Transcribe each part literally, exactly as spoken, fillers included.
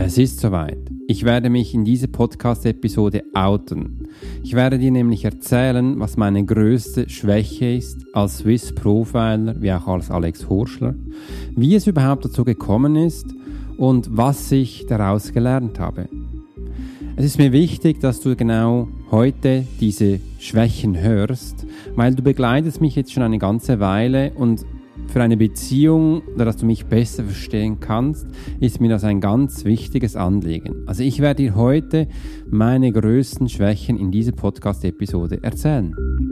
Es ist soweit. Ich werde mich in dieser Podcast-Episode outen. Ich werde dir nämlich erzählen, was meine größte Schwäche ist als Swiss Profiler, wie auch als Alex Horschler, wie es überhaupt dazu gekommen ist und was ich daraus gelernt habe. Es ist mir wichtig, dass du genau heute diese Schwächen hörst, weil du begleitest mich jetzt schon eine ganze Weile und für eine Beziehung, oder dass du mich besser verstehen kannst, ist mir das ein ganz wichtiges Anliegen. Also ich werde dir heute meine größten Schwächen in dieser Podcast-Episode erzählen.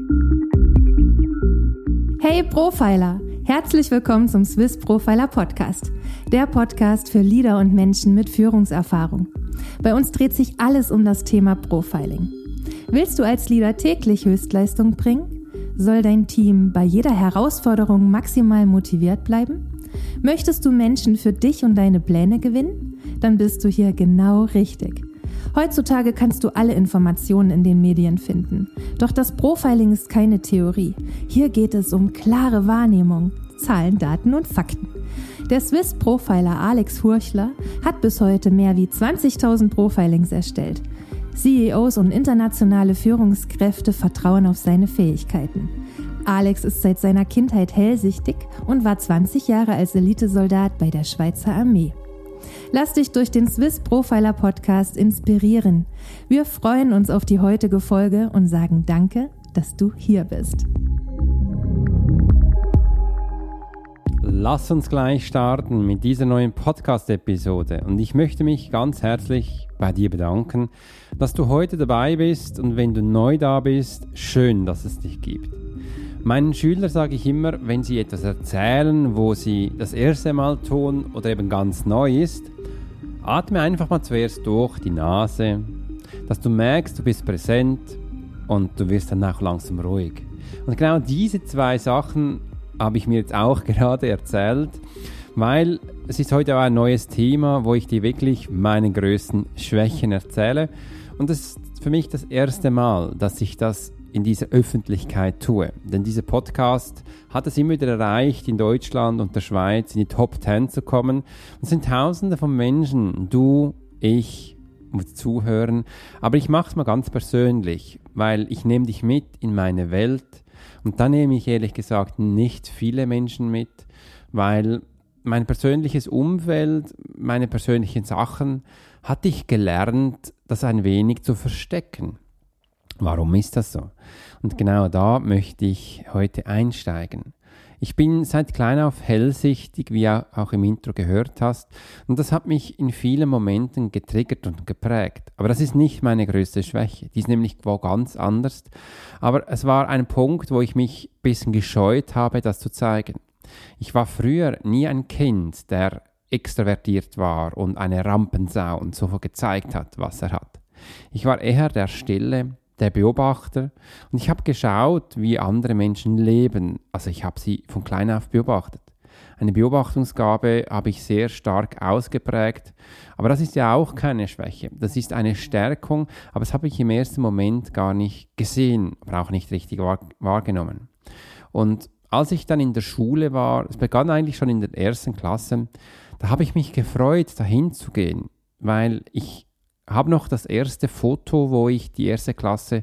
Hey Profiler! Herzlich willkommen zum Swiss Profiler Podcast, der Podcast für Leader und Menschen mit Führungserfahrung. Bei uns dreht sich alles um das Thema Profiling. Willst du als Leader täglich Höchstleistung bringen? Soll dein Team bei jeder Herausforderung maximal motiviert bleiben? Möchtest du Menschen für dich und deine Pläne gewinnen? Dann bist du hier genau richtig. Heutzutage kannst du alle Informationen in den Medien finden. Doch das Profiling ist keine Theorie. Hier geht es um klare Wahrnehmung, Zahlen, Daten und Fakten. Der Swiss Profiler Alex Horschler hat bis heute mehr wie zwanzigtausend Profilings erstellt. C E Os und internationale Führungskräfte vertrauen auf seine Fähigkeiten. Alex ist seit seiner Kindheit hellsichtig und war zwanzig Jahre als Elitesoldat bei der Schweizer Armee. Lass dich durch den Swiss Profiler Podcast inspirieren. Wir freuen uns auf die heutige Folge und sagen Danke, dass du hier bist. Lass uns gleich starten mit dieser neuen Podcast-Episode und ich möchte mich ganz herzlich bei dir bedanken, dass du heute dabei bist und wenn du neu da bist, schön, dass es dich gibt. Meinen Schülern sage ich immer, wenn sie etwas erzählen, wo sie das erste Mal tun oder eben ganz neu ist, atme einfach mal zuerst durch die Nase, dass du merkst, du bist präsent und du wirst dann auch langsam ruhig. Und genau diese zwei Sachen habe ich mir jetzt auch gerade erzählt, weil es ist heute auch ein neues Thema, wo ich dir wirklich meine größten Schwächen erzähle. Und das ist für mich das erste Mal, dass ich das in dieser Öffentlichkeit tue. Denn dieser Podcast hat es immer wieder erreicht, in Deutschland und der Schweiz in die Top zehn zu kommen. Und es sind Tausende von Menschen, du, ich, muss zuhören. Aber ich mache es mal ganz persönlich, weil ich nehme dich mit in meine Welt. Und da nehme ich ehrlich gesagt nicht viele Menschen mit, weil mein persönliches Umfeld, meine persönlichen Sachen, hatte ich gelernt, das ein wenig zu verstecken. Warum ist das so? Und genau da möchte ich heute einsteigen. Ich bin seit klein auf hellsichtig, wie du auch im Intro gehört hast, und das hat mich in vielen Momenten getriggert und geprägt. Aber das ist nicht meine größte Schwäche, die ist nämlich wo ganz anders. Aber es war ein Punkt, wo ich mich ein bisschen gescheut habe, das zu zeigen. Ich war früher nie ein Kind, der extrovertiert war und eine Rampensau und so gezeigt hat, was er hat. Ich war eher der Stille, der Beobachter und ich habe geschaut, wie andere Menschen leben. Also ich habe sie von klein auf beobachtet. Eine Beobachtungsgabe habe ich sehr stark ausgeprägt, aber das ist ja auch keine Schwäche. Das ist eine Stärkung, aber das habe ich im ersten Moment gar nicht gesehen, aber auch nicht richtig wahr, wahrgenommen. Und als ich dann in der Schule war, es begann eigentlich schon in der ersten Klasse, da habe ich mich gefreut, dahin zu gehen, weil ich habe noch das erste Foto, wo ich die erste Klasse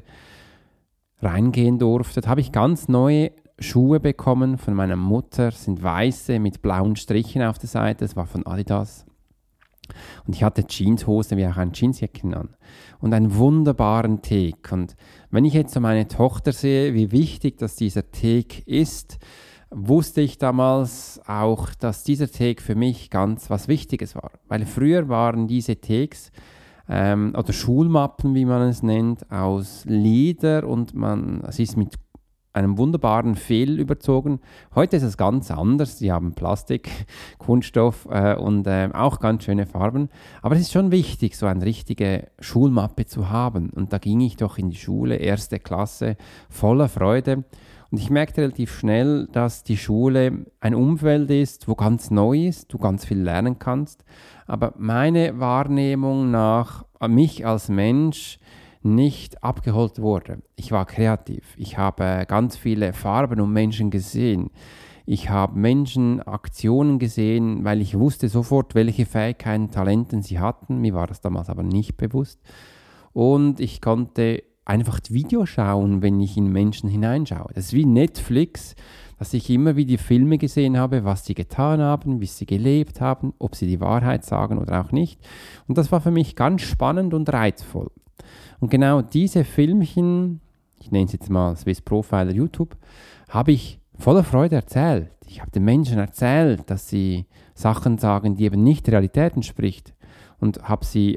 reingehen durfte. Da habe ich ganz neue Schuhe bekommen von meiner Mutter, das sind weiße mit blauen Strichen auf der Seite, das war von Adidas. Und ich hatte Jeanshose wie auch ein Jeansjäckchen an und einen wunderbaren Teak. Und wenn ich jetzt so meine Tochter sehe, wie wichtig dass dieser Teak ist, wusste ich damals auch, dass dieser Teak für mich ganz was Wichtiges war. Weil früher waren diese Teaks ähm, oder Schulmappen, wie man es nennt, aus Leder und man, es ist mit einem wunderbaren Fell überzogen. Heute ist es ganz anders. Sie haben Plastik, Kunststoff äh, und äh, auch ganz schöne Farben. Aber es ist schon wichtig, so eine richtige Schulmappe zu haben. Und da ging ich doch in die Schule, erste Klasse, voller Freude. Und ich merkte relativ schnell, dass die Schule ein Umfeld ist, wo ganz neu ist, du ganz viel lernen kannst. Aber meine Wahrnehmung nach mich als Mensch nicht abgeholt wurde. Ich war kreativ. Ich habe ganz viele Farben und Menschen gesehen. Ich habe Menschen, Aktionen gesehen, weil ich wusste sofort, welche Fähigkeiten, Talenten sie hatten. Mir war das damals aber nicht bewusst. Und ich konnte einfach Video schauen, wenn ich in Menschen hineinschaue. Das ist wie Netflix, dass ich immer wieder Filme gesehen habe, was sie getan haben, wie sie gelebt haben, ob sie die Wahrheit sagen oder auch nicht. Und das war für mich ganz spannend und reizvoll. Und genau diese Filmchen, ich nenne es jetzt mal Swiss Profiler YouTube, habe ich voller Freude erzählt. Ich habe den Menschen erzählt, dass sie Sachen sagen, die eben nicht der Realität entspricht, und habe sie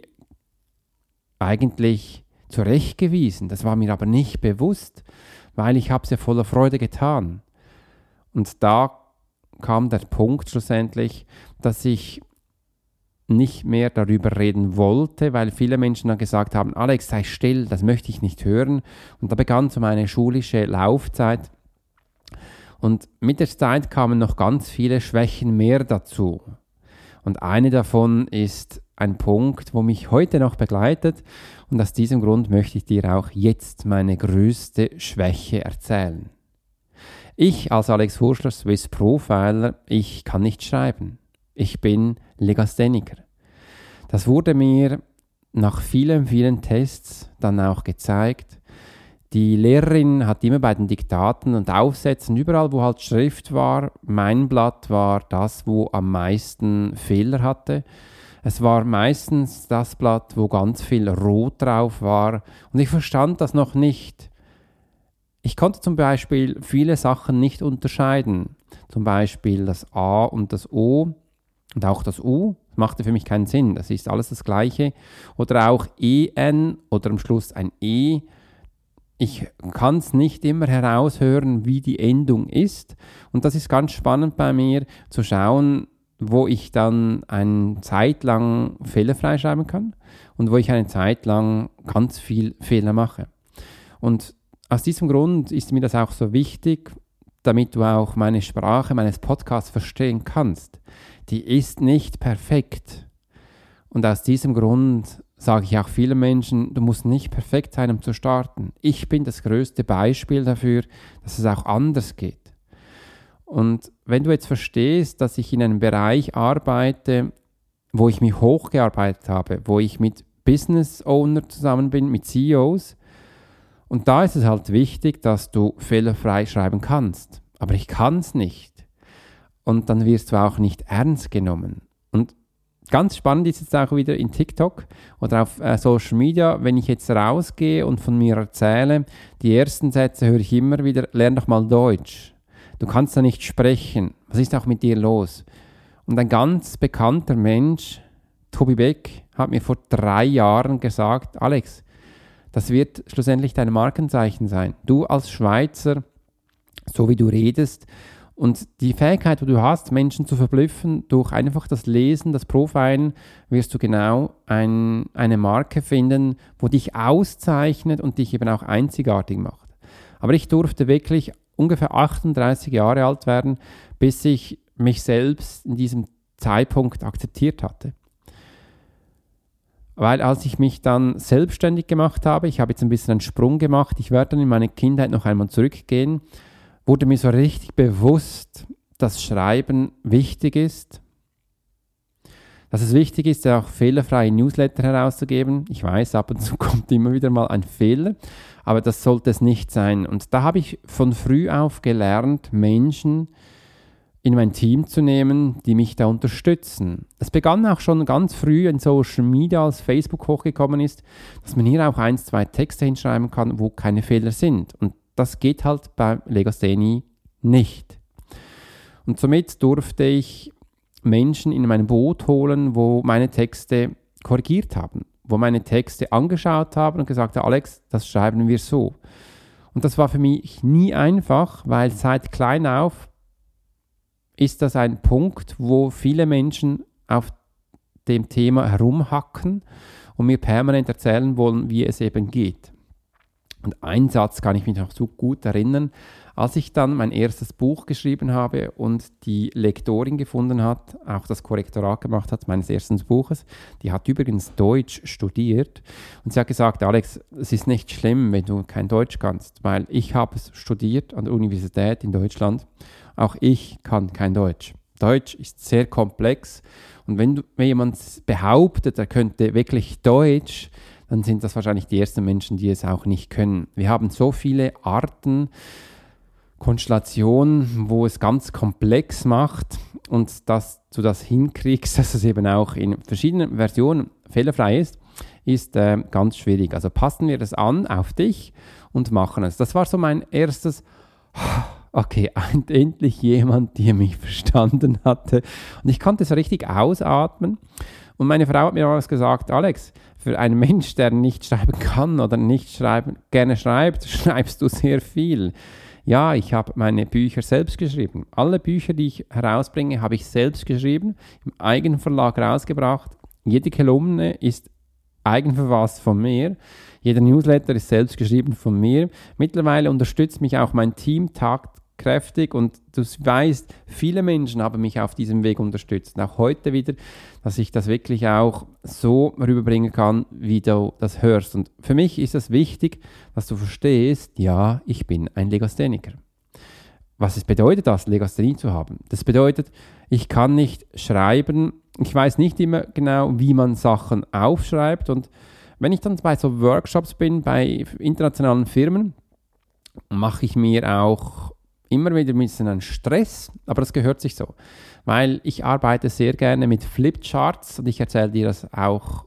eigentlich zurechtgewiesen. Das war mir aber nicht bewusst, weil ich habe es ja voller Freude getan. Und da kam der Punkt schlussendlich, dass ich nicht mehr darüber reden wollte, weil viele Menschen dann gesagt haben, Alex, sei still, das möchte ich nicht hören. Und da begann so meine schulische Laufzeit. Und mit der Zeit kamen noch ganz viele Schwächen mehr dazu. Und eine davon ist ein Punkt, wo mich heute noch begleitet. Und aus diesem Grund möchte ich dir auch jetzt meine größte Schwäche erzählen. Ich als Alex Hurschler, Swiss Profiler, ich kann nicht schreiben. Ich bin Legastheniker. Das wurde mir nach vielen, vielen Tests dann auch gezeigt. Die Lehrerin hat immer bei den Diktaten und Aufsätzen, überall wo halt Schrift war, mein Blatt war das, wo am meisten Fehler hatte. Es war meistens das Blatt, wo ganz viel Rot drauf war, und ich verstand das noch nicht. Ich konnte zum Beispiel viele Sachen nicht unterscheiden. Zum Beispiel das A und das O und auch das U. Das machte für mich keinen Sinn. Das ist alles das Gleiche. Oder auch E N oder am Schluss ein E. Ich kann es nicht immer heraushören, wie die Endung ist. Und das ist ganz spannend bei mir, zu schauen, wo ich dann eine Zeit lang fehlerfrei schreiben kann und wo ich eine Zeit lang ganz viel Fehler mache. Und aus diesem Grund ist mir das auch so wichtig, damit du auch meine Sprache, meines Podcasts verstehen kannst. Die ist nicht perfekt. Und aus diesem Grund sage ich auch vielen Menschen, du musst nicht perfekt sein, um zu starten. Ich bin das größte Beispiel dafür, dass es auch anders geht. Und wenn du jetzt verstehst, dass ich in einem Bereich arbeite, wo ich mich hochgearbeitet habe, wo ich mit Business Owner zusammen bin, mit C E Os, und da ist es halt wichtig, dass du fehlerfrei schreiben kannst. Aber ich kann es nicht. Und dann wirst du auch nicht ernst genommen. Und ganz spannend ist jetzt auch wieder in TikTok oder auf äh, Social Media, wenn ich jetzt rausgehe und von mir erzähle, die ersten Sätze höre ich immer wieder, lern doch mal Deutsch. Du kannst da nicht sprechen. Was ist auch mit dir los? Und ein ganz bekannter Mensch, Tobi Beck, hat mir vor drei Jahren gesagt, Alex, das wird schlussendlich dein Markenzeichen sein. Du als Schweizer, so wie du redest, und die Fähigkeit, die du hast, Menschen zu verblüffen, durch einfach das Lesen, das Profilen, wirst du genau ein, eine Marke finden, wo dich auszeichnet und dich eben auch einzigartig macht. Aber ich durfte wirklich ungefähr achtunddreißig Jahre alt werden, bis ich mich selbst in diesem Zeitpunkt akzeptiert hatte. Weil als ich mich dann selbstständig gemacht habe, ich habe jetzt ein bisschen einen Sprung gemacht, ich werde dann in meine Kindheit noch einmal zurückgehen, wurde mir so richtig bewusst, dass Schreiben wichtig ist. Dass es wichtig ist, auch fehlerfreie Newsletter herauszugeben. Ich weiß, ab und zu kommt immer wieder mal ein Fehler, aber das sollte es nicht sein. Und da habe ich von früh auf gelernt, Menschen in mein Team zu nehmen, die mich da unterstützen. Es begann auch schon ganz früh in Social Media, als Facebook hochgekommen ist, dass man hier auch ein, zwei Texte hinschreiben kann, wo keine Fehler sind. Und das geht halt bei Legasthenie nicht. Und somit durfte ich Menschen in mein Boot holen, wo meine Texte korrigiert haben, wo meine Texte angeschaut haben und gesagt haben, Alex, das schreiben wir so. Und das war für mich nie einfach, weil seit klein auf ist das ein Punkt, wo viele Menschen auf dem Thema herumhacken und mir permanent erzählen wollen, wie es eben geht. Und ein Satz kann ich mich noch so gut erinnern, Als ich dann mein erstes Buch geschrieben habe und die Lektorin gefunden hat, auch das Korrektorat gemacht hat meines ersten Buches, die hat übrigens Deutsch studiert und sie hat gesagt, Alex, es ist nicht schlimm, wenn du kein Deutsch kannst, weil ich habe es studiert an der Universität in Deutschland. Auch ich kann kein Deutsch. Deutsch ist sehr komplex und wenn, du, wenn jemand behauptet, er könnte wirklich Deutsch, dann sind das wahrscheinlich die ersten Menschen, die es auch nicht können. Wir haben so viele Arten, Konstellationen, wo es ganz komplex macht und dass du das hinkriegst, dass es eben auch in verschiedenen Versionen fehlerfrei ist, ist äh, ganz schwierig. Also passen wir das an auf dich und machen es. Das war so mein erstes, okay, endlich jemand, der mich verstanden hatte. Und ich konnte so richtig ausatmen. Und meine Frau hat mir damals gesagt, Alex, für einen Mensch, der nicht schreiben kann oder nicht schreiben, gerne schreibt, schreibst du sehr viel. Ja, ich habe meine Bücher selbst geschrieben. Alle Bücher, die ich herausbringe, habe ich selbst geschrieben, im Eigenverlag rausgebracht. Jede Kolumne ist eigenverfasst von mir. Jeder Newsletter ist selbst geschrieben von mir. Mittlerweile unterstützt mich auch mein Team tatkräftig und du weißt, viele Menschen haben mich auf diesem Weg unterstützt. Und auch heute wieder, dass ich das wirklich auch so rüberbringen kann, wie du das hörst. Und für mich ist es wichtig, dass du verstehst, ja, ich bin ein Legastheniker. Was es bedeutet, das Legasthenie zu haben? Das bedeutet, ich kann nicht schreiben, ich weiß nicht immer genau, wie man Sachen aufschreibt. Und wenn ich dann bei so Workshops bin, bei internationalen Firmen, mache ich mir auch immer wieder ein bisschen einen Stress, aber das gehört sich so. Weil ich arbeite sehr gerne mit Flipcharts und ich erzähle dir das auch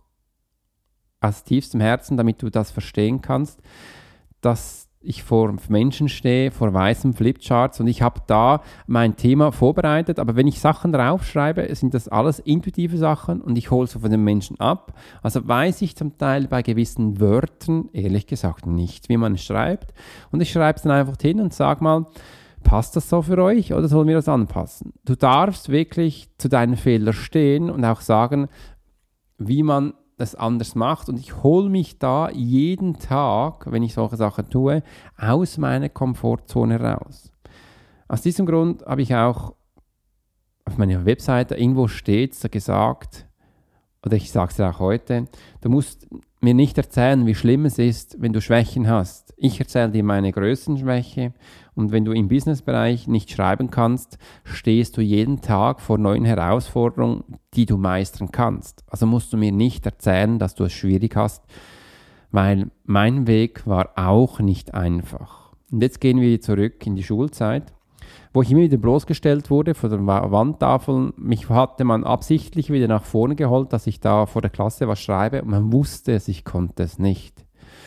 aus tiefstem Herzen, damit du das verstehen kannst, dass ich vor Menschen stehe, vor weißen Flipcharts und ich habe da mein Thema vorbereitet, aber wenn ich Sachen draufschreibe, sind das alles intuitive Sachen und ich hole so von den Menschen ab. Also weiß ich zum Teil bei gewissen Wörtern, ehrlich gesagt, nicht, wie man es schreibt und ich schreibe es dann einfach hin und sage mal, passt das so für euch oder sollen wir das anpassen? Du darfst wirklich zu deinen Fehlern stehen und auch sagen, wie man das anders macht und ich hole mich da jeden Tag, wenn ich solche Sachen tue, aus meiner Komfortzone raus. Aus diesem Grund habe ich auch auf meiner Webseite irgendwo stets gesagt, oder ich sage es dir auch heute, du musst mir nicht erzählen, wie schlimm es ist, wenn du Schwächen hast. Ich erzähle dir meine größten Schwäche und wenn du im Businessbereich nicht schreiben kannst, stehst du jeden Tag vor neuen Herausforderungen, die du meistern kannst. Also musst du mir nicht erzählen, dass du es schwierig hast, weil mein Weg war auch nicht einfach. Und jetzt gehen wir zurück in die Schulzeit, wo ich immer wieder bloßgestellt wurde vor den Wandtafeln. Mich hatte man absichtlich wieder nach vorne geholt, dass ich da vor der Klasse was schreibe und man wusste es, ich konnte es nicht.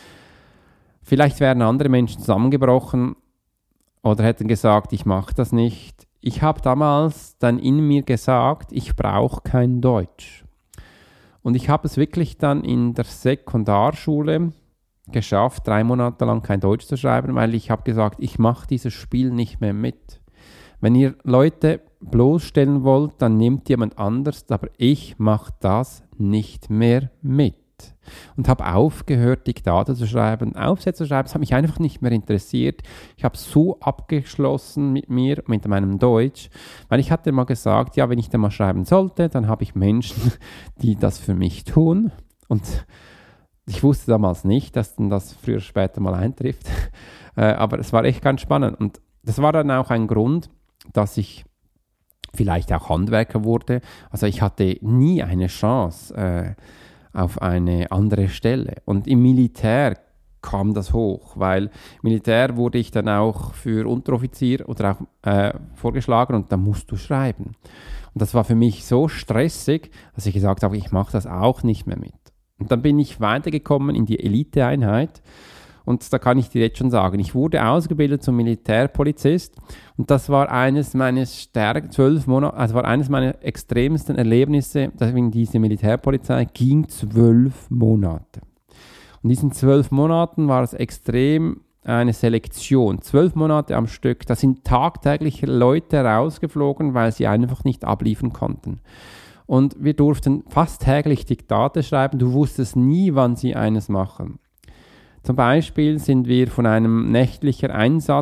Vielleicht wären andere Menschen zusammengebrochen oder hätten gesagt, ich mache das nicht. Ich habe damals dann in mir gesagt, ich brauche kein Deutsch. Und ich habe es wirklich dann in der Sekundarschule geschafft, drei Monate lang kein Deutsch zu schreiben, weil ich habe gesagt, ich mache dieses Spiel nicht mehr mit. Wenn ihr Leute bloßstellen wollt, dann nehmt jemand anders, aber ich mache das nicht mehr mit. Und habe aufgehört, Diktate zu schreiben, Aufsätze zu schreiben. Das hat mich einfach nicht mehr interessiert. Ich habe so abgeschlossen mit mir, mit meinem Deutsch, weil ich hatte mal gesagt, ja, wenn ich da mal schreiben sollte, dann habe ich Menschen, die das für mich tun. Und ich wusste damals nicht, dass dann das früher oder später mal eintrifft. Aber es war echt ganz spannend. Und das war dann auch ein Grund, dass ich vielleicht auch Handwerker wurde. Also ich hatte nie eine Chance äh, auf eine andere Stelle. Und im Militär kam das hoch, weil im Militär wurde ich dann auch für Unteroffizier oder auch äh, vorgeschlagen und da musst du schreiben. Und das war für mich so stressig, dass ich gesagt habe, ich mache das auch nicht mehr mit. Und dann bin ich weitergekommen in die Eliteeinheit. Und da kann ich dir jetzt schon sagen, ich wurde ausgebildet zum Militärpolizist und das war eines meiner Stärk- zwölf Monate, also war eines meiner extremsten Erlebnisse, deswegen diese Militärpolizei ging zwölf Monate. Und in diesen zwölf Monaten war es extrem eine Selektion, zwölf Monate am Stück. Da sind tagtäglich Leute rausgeflogen, weil sie einfach nicht abliefern konnten. Und wir durften fast täglich Diktate schreiben, du wusstest nie, wann sie eines machen. Zum Beispiel sind wir von einem nächtlichen Einsatz,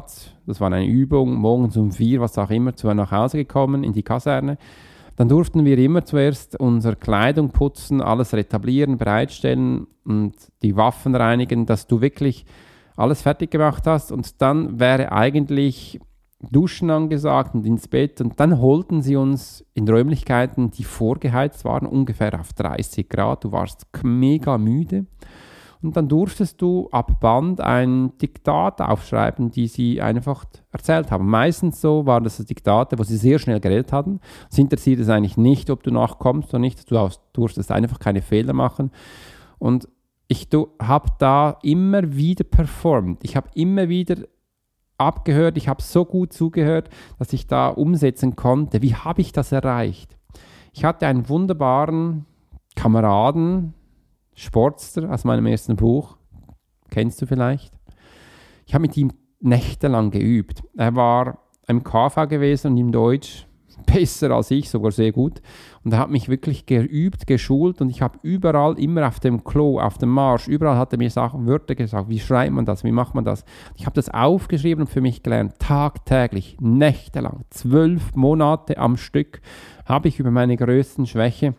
das war eine Übung, morgens um vier, was auch immer, zu nach Hause gekommen, in die Kaserne. Dann durften wir immer zuerst unsere Kleidung putzen, alles retablieren, bereitstellen und die Waffen reinigen, dass du wirklich alles fertig gemacht hast. Und dann wäre eigentlich Duschen angesagt und ins Bett. Und dann holten sie uns in Räumlichkeiten, die vorgeheizt waren, ungefähr auf dreißig Grad. Du warst mega müde. Und dann durftest du ab Band ein Diktat aufschreiben, die sie einfach erzählt haben. Meistens so waren das Diktate, wo sie sehr schnell geredet hatten. Es interessiert es eigentlich nicht, ob du nachkommst oder nicht. Du durftest einfach keine Fehler machen. Und ich habe da immer wieder performt. Ich habe immer wieder abgehört. Ich habe so gut zugehört, dass ich da umsetzen konnte. Wie habe ich das erreicht? Ich hatte einen wunderbaren Kameraden, Sportster aus meinem ersten Buch, kennst du vielleicht. Ich habe mit ihm nächtelang geübt. Er war im K V gewesen und im Deutsch besser als ich, sogar sehr gut. Und er hat mich wirklich geübt, geschult und ich habe überall, immer auf dem Klo, auf dem Marsch, überall hat er mir Sachen, Wörter gesagt, wie schreibt man das, wie macht man das. Ich habe das aufgeschrieben und für mich gelernt, tagtäglich, nächtelang, zwölf Monate am Stück habe ich über meine größten Schwäche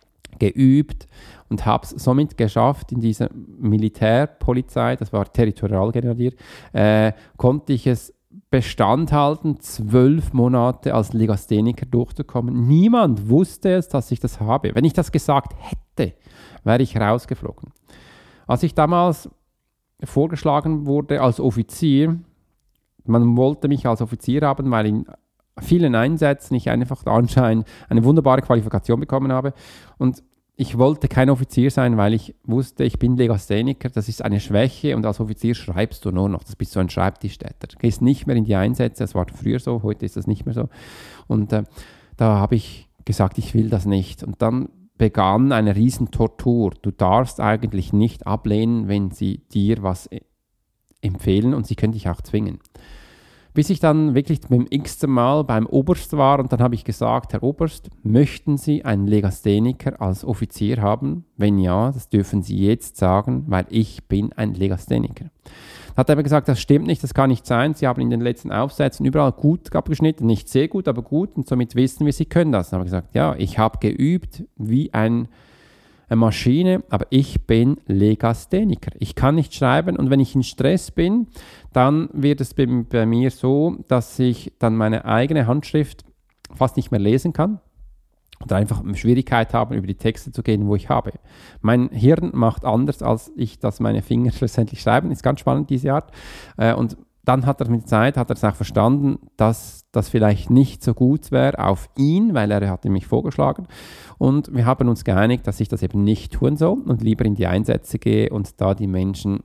geübt und habe es somit geschafft, in dieser Militärpolizei, das war Territorialgrenadier, äh, konnte ich es Bestand halten, zwölf Monate als Legastheniker durchzukommen. Niemand wusste es, dass ich das habe. Wenn ich das gesagt hätte, wäre ich rausgeflogen. Als ich damals vorgeschlagen wurde als Offizier, man wollte mich als Offizier haben, weil in vielen Einsätzen ich einfach anscheinend eine wunderbare Qualifikation bekommen habe. Und ich wollte kein Offizier sein, weil ich wusste, ich bin Legastheniker, das ist eine Schwäche und als Offizier schreibst du nur noch, das bist so ein Schreibtischtäter. Du gehst nicht mehr in die Einsätze, das war früher so, heute ist das nicht mehr so. Und äh, da habe ich gesagt, ich will das nicht. Und dann begann eine riesen Tortur. Du darfst eigentlich nicht ablehnen, wenn sie dir was empfehlen und sie können dich auch zwingen. Bis ich dann wirklich beim x-ten Mal beim Oberst war und dann habe ich gesagt, Herr Oberst, möchten Sie einen Legastheniker als Offizier haben? Wenn ja, das dürfen Sie jetzt sagen, weil ich bin ein Legastheniker. Da hat er aber gesagt, das stimmt nicht, das kann nicht sein. Sie haben in den letzten Aufsätzen überall gut abgeschnitten, nicht sehr gut, aber gut und somit wissen wir, Sie können das. Dann habe ich gesagt, ja, ich habe geübt wie ein eine Maschine, aber ich bin Legastheniker. Ich kann nicht schreiben und wenn ich in Stress bin, dann wird es bei, bei mir so, dass ich dann meine eigene Handschrift fast nicht mehr lesen kann oder einfach Schwierigkeit habe, über die Texte zu gehen, wo ich habe. Mein Hirn macht anders, als ich das meine Finger schlussendlich schreiben. Ist ganz spannend, diese Art. Und dann hat er mit der Zeit, hat er es auch verstanden, dass das vielleicht nicht so gut wäre auf ihn, weil er hatte mich vorgeschlagen. Und wir haben uns geeinigt, dass ich das eben nicht tun soll und lieber in die Einsätze gehe und da die Menschen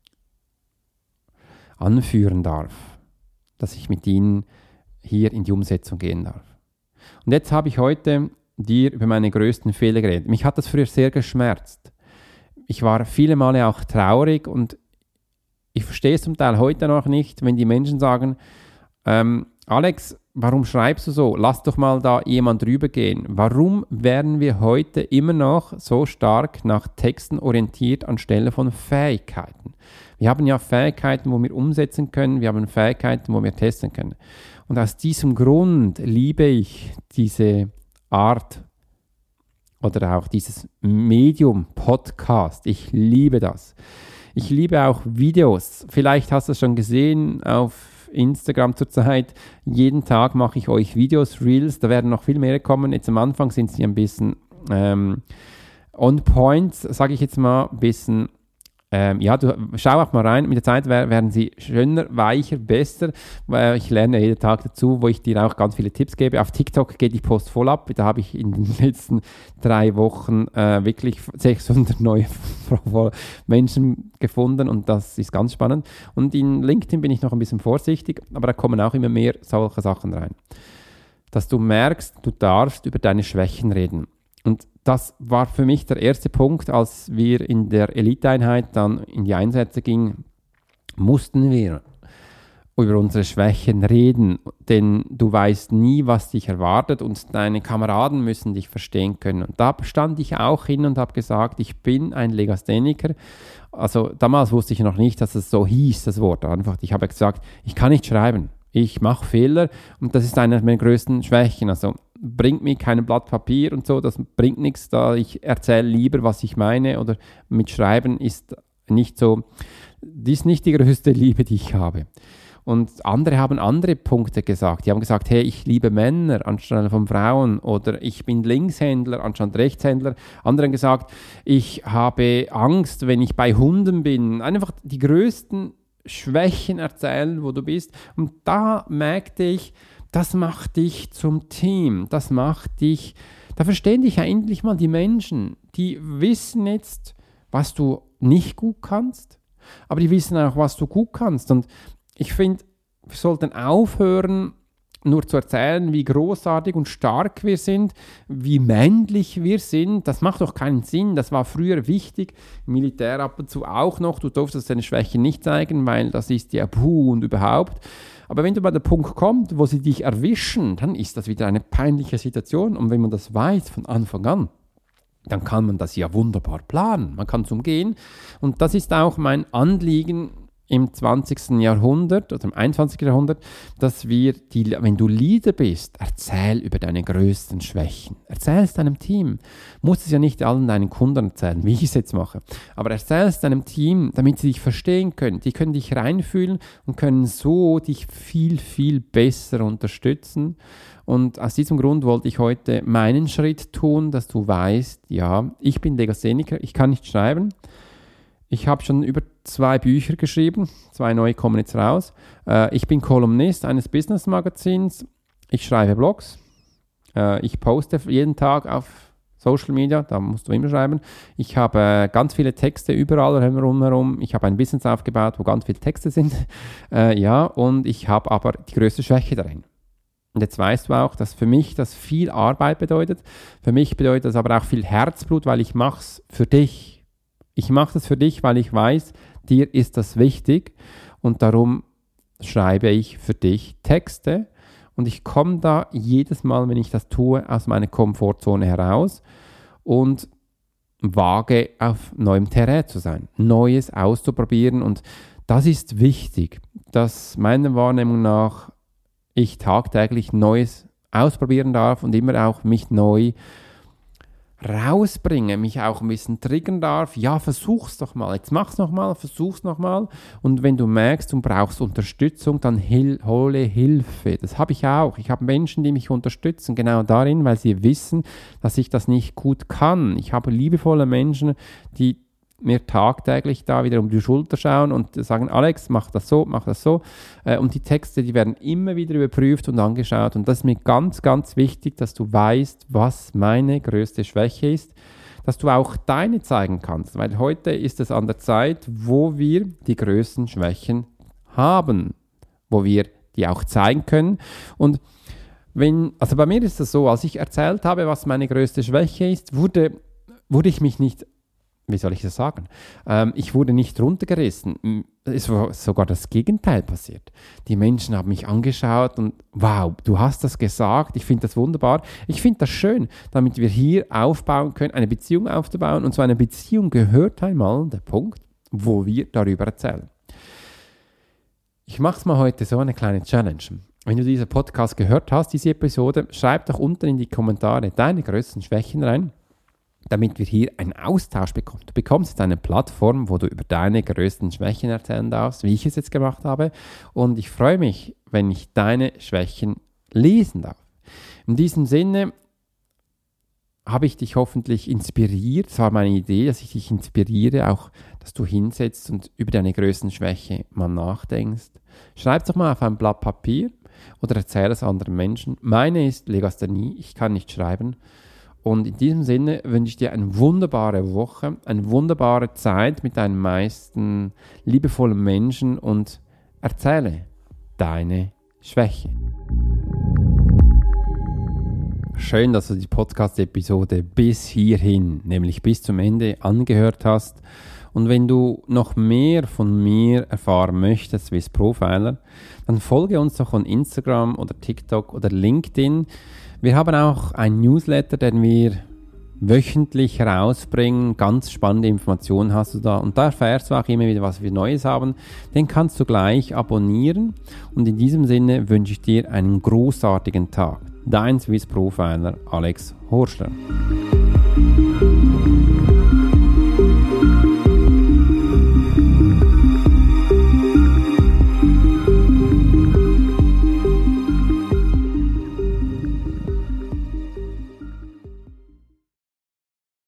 anführen darf. Dass ich mit ihnen hier in die Umsetzung gehen darf. Und jetzt habe ich heute dir über meine größten Fehler geredet. Mich hat das früher sehr geschmerzt. Ich war viele Male auch traurig und ich verstehe es zum Teil heute noch nicht, wenn die Menschen sagen, ähm, Alex, warum schreibst du so? Lass doch mal da jemand drüber gehen. Warum werden wir heute immer noch so stark nach Texten orientiert anstelle von Fähigkeiten? Wir haben ja Fähigkeiten, wo wir umsetzen können, wir haben Fähigkeiten, wo wir testen können. Und aus diesem Grund liebe ich diese Art oder auch dieses Medium Podcast. Ich liebe das. Ich liebe auch Videos. Vielleicht hast du es schon gesehen auf Instagram zurzeit. Jeden Tag mache ich euch Videos, Reels. Da werden noch viel mehr kommen. Jetzt am Anfang sind sie ein bisschen ähm, on point, sage ich jetzt mal. Ein bisschen, ähm, ja, du, schau auch mal rein. Mit der Zeit werden sie schöner, weicher, besser. Weil ich lerne jeden Tag dazu, wo ich dir auch ganz viele Tipps gebe. Auf TikTok geht die Post voll ab. Da habe ich in den letzten drei Wochen äh, wirklich sechshundert neue Menschen gefunden und das ist ganz spannend. Und in LinkedIn bin ich noch ein bisschen vorsichtig, aber da kommen auch immer mehr solche Sachen rein. Dass du merkst, du darfst über deine Schwächen reden. Und das war für mich der erste Punkt, als wir in der Eliteeinheit dann in die Einsätze gingen, mussten wir über unsere Schwächen reden, denn du weißt nie, was dich erwartet und deine Kameraden müssen dich verstehen können. Und da stand ich auch hin und habe gesagt, ich bin ein Legastheniker. Also damals wusste ich noch nicht, dass es so hieß, das Wort einfach. Ich habe gesagt, ich kann nicht schreiben, ich mache Fehler und das ist eine meiner größten Schwächen. Also bringt mir kein Blatt Papier und so, das bringt nichts, da ich erzähle lieber, was ich meine, oder mit Schreiben ist nicht so, die ist nicht die größte Liebe, die ich habe. Und andere haben andere Punkte gesagt. Die haben gesagt, hey, ich liebe Männer anstelle von Frauen oder ich bin Linkshändler anstatt Rechtshändler. Andere haben gesagt, ich habe Angst, wenn ich bei Hunden bin. Einfach die größten Schwächen erzählen, wo du bist. Und da merkte ich, das macht dich zum Team. Das macht dich, da verstehen dich ja endlich mal die Menschen. Die wissen jetzt, was du nicht gut kannst, aber die wissen auch, was du gut kannst. Und ich finde, wir sollten aufhören, nur zu erzählen, wie großartig und stark wir sind, wie männlich wir sind. Das macht doch keinen Sinn. Das war früher wichtig, im Militär ab und zu auch noch. Du durftest deine Schwächen nicht zeigen, weil das ist ja puh und überhaupt. Aber wenn du bei der Punkt kommst, wo sie dich erwischen, dann ist das wieder eine peinliche Situation. Und wenn man das weiß von Anfang an, dann kann man das ja wunderbar planen. Man kann es umgehen. Und das ist auch mein Anliegen im zwanzigsten Jahrhundert oder im einundzwanzigsten Jahrhundert, dass wir, die, wenn du Leader bist, erzähl über deine größten Schwächen. Erzähl es deinem Team. Musst es ja nicht allen deinen Kunden erzählen, wie ich es jetzt mache. Aber erzähl es deinem Team, damit sie dich verstehen können. Die können dich reinfühlen und können so dich viel, viel besser unterstützen. Und aus diesem Grund wollte ich heute meinen Schritt tun, dass du weißt, ja, ich bin Legastheniker, ich kann nicht schreiben. Ich habe schon über zwei Bücher geschrieben, zwei neue kommen jetzt raus. Äh, ich bin Kolumnist eines Business-Magazins. Ich schreibe Blogs. Äh, ich poste jeden Tag auf Social Media, da musst du immer schreiben. Ich habe äh, ganz viele Texte überall herum. Ich habe ein Business aufgebaut, wo ganz viele Texte sind. Äh, ja, und ich habe aber die größte Schwäche darin. Und jetzt weißt du auch, dass für mich das viel Arbeit bedeutet. Für mich bedeutet das aber auch viel Herzblut, weil ich mache es für dich. Ich mache das für dich, weil ich weiß, dir ist das wichtig und darum schreibe ich für dich Texte und ich komme da jedes Mal, wenn ich das tue, aus meiner Komfortzone heraus und wage auf neuem Terrain zu sein, Neues auszuprobieren und das ist wichtig, dass meiner Wahrnehmung nach ich tagtäglich Neues ausprobieren darf und immer auch mich neu rausbringe, mich auch ein bisschen triggern darf. Ja, versuch's doch mal. Jetzt mach's noch mal, versuch's noch mal. Und wenn du merkst, du brauchst Unterstützung, dann hil- hole Hilfe. Das habe ich auch. Ich habe Menschen, die mich unterstützen, genau darin, weil sie wissen, dass ich das nicht gut kann. Ich habe liebevolle Menschen, die mir tagtäglich da wieder um die Schulter schauen und sagen, Alex, mach das so, mach das so. Und die Texte, die werden immer wieder überprüft und angeschaut. Und das ist mir ganz, ganz wichtig, dass du weißt, was meine größte Schwäche ist, dass du auch deine zeigen kannst. Weil heute ist es an der Zeit, wo wir die größten Schwächen haben, wo wir die auch zeigen können. Und wenn, also bei mir ist es so, als ich erzählt habe, was meine größte Schwäche ist, wurde, wurde ich mich nicht Wie soll ich das sagen? Ähm, ich wurde nicht runtergerissen. Es war sogar das Gegenteil passiert. Die Menschen haben mich angeschaut und wow, du hast das gesagt. Ich finde das wunderbar. Ich finde das schön, damit wir hier aufbauen können, eine Beziehung aufzubauen. Und zu einer Beziehung gehört einmal der Punkt, wo wir darüber erzählen. Ich mache es mal heute so, eine kleine Challenge. Wenn du diesen Podcast gehört hast, diese Episode, schreib doch unten in die Kommentare deine größten Schwächen rein, damit wir hier einen Austausch bekommen. Du bekommst jetzt eine Plattform, wo du über deine größten Schwächen erzählen darfst, wie ich es jetzt gemacht habe. Und ich freue mich, wenn ich deine Schwächen lesen darf. In diesem Sinne habe ich dich hoffentlich inspiriert. Das war meine Idee, dass ich dich inspiriere, auch, dass du hinsetzt und über deine größten Schwächen mal nachdenkst. Schreib es doch mal auf ein Blatt Papier oder erzähle es anderen Menschen. Meine ist Legasthenie, ich kann nicht schreiben. Und in diesem Sinne wünsche ich dir eine wunderbare Woche, eine wunderbare Zeit mit deinen meisten liebevollen Menschen und erzähle deine Schwäche. Schön, dass du die Podcast-Episode bis hierhin, nämlich bis zum Ende angehört hast. Und wenn du noch mehr von mir erfahren möchtest, Swiss Profiler, dann folge uns doch on Instagram oder TikTok oder LinkedIn. Wir haben auch einen Newsletter, den wir wöchentlich herausbringen. Ganz spannende Informationen hast du da. Und da erfährst du auch immer wieder, was wir Neues haben. Den kannst du gleich abonnieren. Und in diesem Sinne wünsche ich dir einen großartigen Tag. Dein Swiss Profiler Alex Horschler.